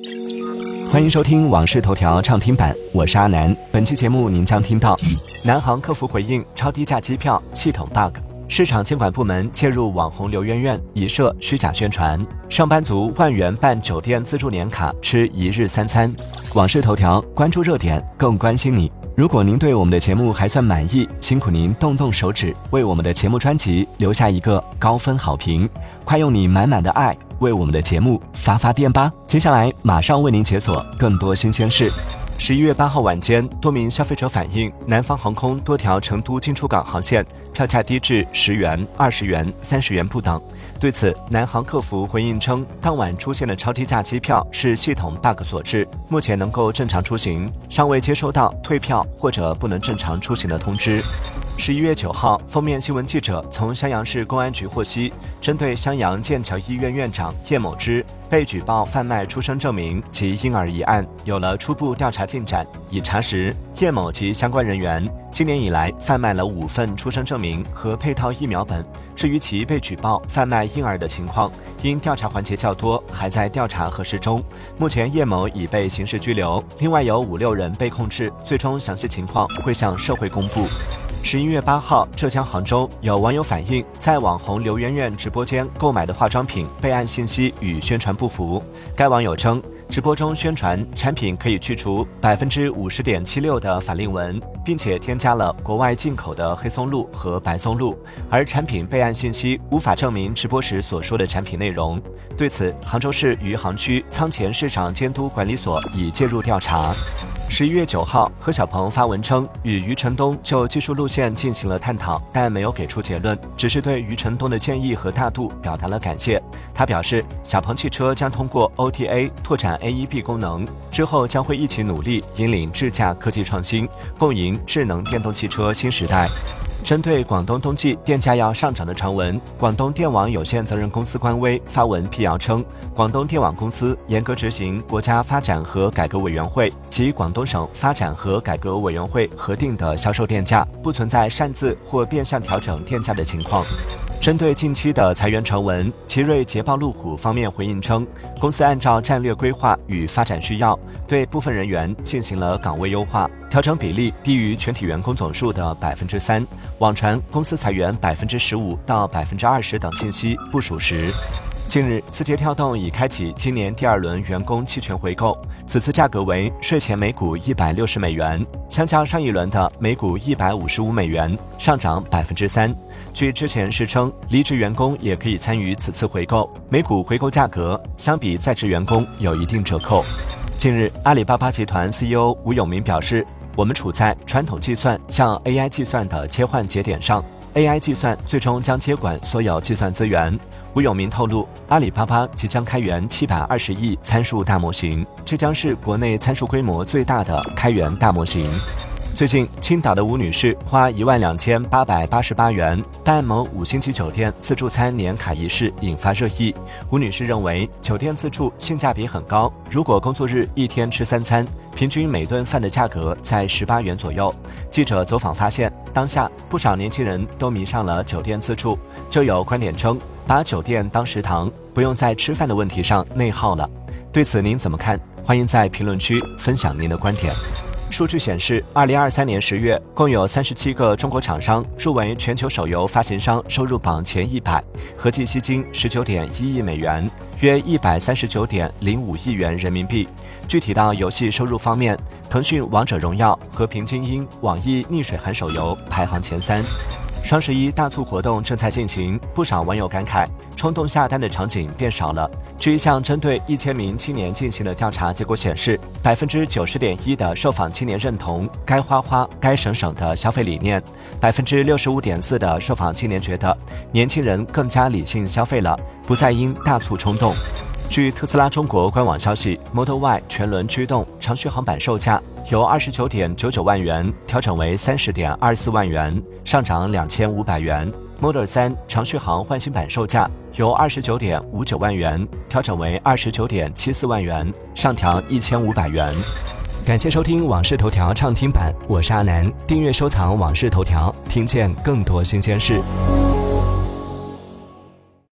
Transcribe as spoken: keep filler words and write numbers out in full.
欢迎收听《往事头条》畅听版，我是阿南。本期节目您将听到：南航客服回应超低价机票系统 bug， 市场监管部门介入网红刘媛媛疑涉虚假宣传，上班族万元办酒店自助年卡吃一日三餐。往事头条，关注热点，更关心你。如果您对我们的节目还算满意，辛苦您动动手指，为我们的节目专辑留下一个高分好评，快用你满满的爱为我们的节目发发电吧！接下来马上为您解锁更多新鲜事。十一月八号晚间，多名消费者反映，南方航空多条成都进出港航线票价低至十元、二十元、三十元不等。对此，南航客服回应称，当晚出现的超低价机票是系统 bug 所致，目前能够正常出行，尚未接收到退票或者不能正常出行的通知。十一月九号，封面新闻记者从襄阳市公安局获悉，针对襄阳剑桥医院院长叶某之被举报贩卖出生证明及婴儿一案，有了初步调查进展。已查实，叶某及相关人员今年以来贩卖了五份出生证明和配套疫苗本。至于其被举报贩卖婴儿的情况，因调查环节较多，还在调查核实中。目前叶某已被刑事拘留，另外有五六人被控制，最终详细情况会向社会公布。十一月八号，浙江杭州有网友反映，在网红刘媛媛直播间购买的化妆品备案信息与宣传不符。该网友称，直播中宣传产品可以去除百分之五十点七六的法令纹，并且添加了国外进口的黑松露和白松露，而产品备案信息无法证明直播时所说的产品内容。对此，杭州市余杭区仓前市场监督管理所已介入调查。十一月九号，何小鹏发文称，与余承东就技术路线进行了探讨，但没有给出结论，只是对余承东的建议和大度表达了感谢。他表示，小鹏汽车将通过 O T A 拓展 A E B 功能，之后将会一起努力引领智驾科技创新，共赢智能电动汽车新时代。针对广东冬季电价要上涨的传闻，广东电网有限责任公司官微发文辟谣称，广东电网公司严格执行国家发展和改革委员会及广东省发展和改革委员会核定的销售电价，不存在擅自或变相调整电价的情况。针对近期的裁员传闻，奇瑞捷豹路虎方面回应称，公司按照战略规划与发展需要，对部分人员进行了岗位优化，调整比例低于全体员工总数的百分之三。网传公司裁员百分之十五到百分之二十等信息不属实。近日，字节跳动已开启今年第二轮员工期权回购，此次价格为税前每股一百六十美元，相较上一轮的每股一百五十五美元，上涨百分之三。据之前实称，离职员工也可以参与此次回购，每股回购价格相比在职员工有一定折扣。近日，阿里巴巴集团 C E O 吴永明表示，我们处在传统计算向 A I 计算的切换节点上。A I 计算最终将接管所有计算资源。吴永明透露，阿里巴巴即将开源七百二十亿参数大模型，这将是国内参数规模最大的开源大模型。最近，青岛的吴女士花一万两千八百八十八元办某五星级酒店自助餐年卡一事引发热议。吴女士认为，酒店自助性价比很高，如果工作日一天吃三餐，平均每顿饭的价格在十八元左右。记者走访发现，当下不少年轻人都迷上了酒店自助，就有观点称，把酒店当食堂，不用在吃饭的问题上内耗了。对此您怎么看？欢迎在评论区分享您的观点。数据显示，二零二三年十月，共有三十七个中国厂商入围全球手游发行商收入榜前一百，合计吸金十九点一亿美元，约一百三十九点零五亿元人民币。具体到游戏收入方面，腾讯《王者荣耀》、和平精英、网易逆水寒手游排行前三。双十一大促活动正在进行，不少网友感慨，冲动下单的场景变少了。据一项针对一千名青年进行的调查结果显示，百分之九十点一的受访青年认同该花花该省省的消费理念，百分之六十五点四的受访青年觉得年轻人更加理性消费了，不再因大促冲动。据特斯拉中国官网消息 ，Model Y 全轮驱动长续航版售价由二十九点九九万元调整为三十点二四万元，上涨两千五百元。Model 三长续航换新版售价由二十九点五九万元调整为二十九点七四万元，上调一千五百元。感谢收听《往事头条》畅听版，我是阿南。订阅收藏《往事头条》，听见更多新鲜事。